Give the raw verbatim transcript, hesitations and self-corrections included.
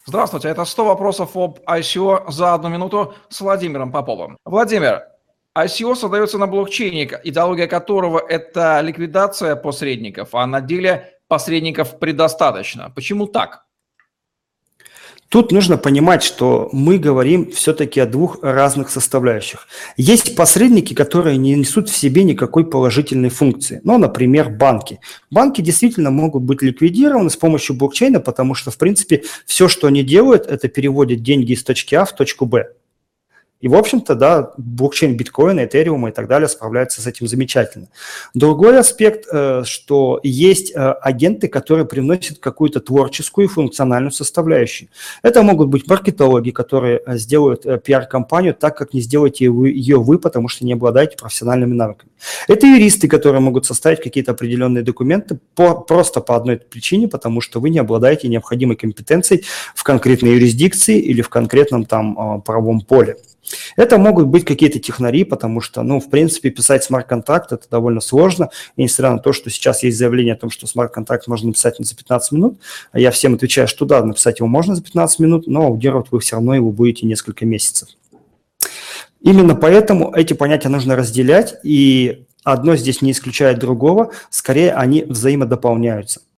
Здравствуйте, это сто вопросов об ай си о за одну минуту с Владимиром Поповым. Владимир, ай си о создается на блокчейне, идеология которого – это ликвидация посредников, а на деле посредников предостаточно. Почему так? Тут нужно понимать, что мы говорим все-таки о двух разных составляющих. Есть посредники, которые не несут в себе никакой положительной функции. Ну, например, банки. Банки действительно могут быть ликвидированы с помощью блокчейна, потому что, в принципе, все, что они делают, это переводят деньги из точки А в точку Б. И, в общем-то, да, блокчейн биткоина, этериума и так далее справляются с этим замечательно. Другой аспект, что есть агенты, которые привносят какую-то творческую и функциональную составляющую. Это могут быть маркетологи, которые сделают пиар-компанию так, как не сделаете ее вы, потому что не обладаете профессиональными навыками. Это юристы, которые могут составить какие-то определенные документы по, просто по одной причине, потому что вы не обладаете необходимой компетенцией в конкретной юрисдикции или в конкретном там правовом поле. Это могут быть какие-то технари, потому что, ну, в принципе, писать смарт-контракт – это довольно сложно. И несмотря на то, что сейчас есть заявление о том, что смарт-контракт можно написать за пятнадцать минут, я всем отвечаю, что да, написать его можно за пятнадцать минут, но аудировать вы все равно его будете несколько месяцев. Именно поэтому эти понятия нужно разделять, и одно здесь не исключает другого, скорее они взаимодополняются.